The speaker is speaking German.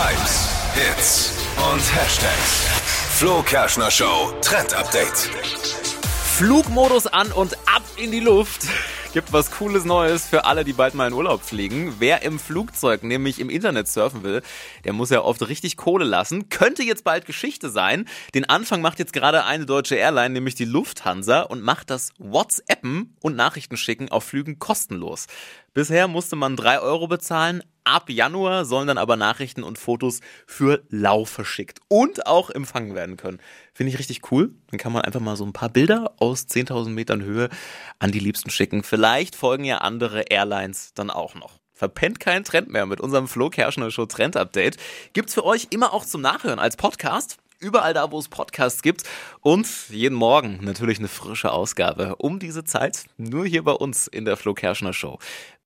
Hypes, Hits und Hashtags. Flo Kerschner Show Trend Update. Flugmodus an und ab in die Luft. Gibt was Cooles Neues für alle, die bald mal in Urlaub fliegen. Wer im Flugzeug nämlich im Internet surfen will, der muss ja oft richtig Kohle lassen. Könnte jetzt bald Geschichte sein. Den Anfang macht jetzt gerade eine deutsche Airline, nämlich die Lufthansa, und macht das WhatsAppen und Nachrichten schicken auf Flügen kostenlos. Bisher musste man 3 Euro bezahlen. Ab Januar sollen dann aber Nachrichten und Fotos für lau verschickt und auch empfangen werden können. Finde ich richtig cool. Dann kann man einfach mal so ein paar Bilder aus 10.000 Metern Höhe an die Liebsten schicken. Vielleicht folgen ja andere Airlines dann auch noch. Verpennt keinen Trend mehr mit unserem Flo Kerschner Show Trend Update. Gibt's für euch immer auch zum Nachhören als Podcast. Überall da, wo es Podcasts gibt. Und jeden Morgen natürlich eine frische Ausgabe um diese Zeit. Nur hier bei uns in der Flo Kerschner Show.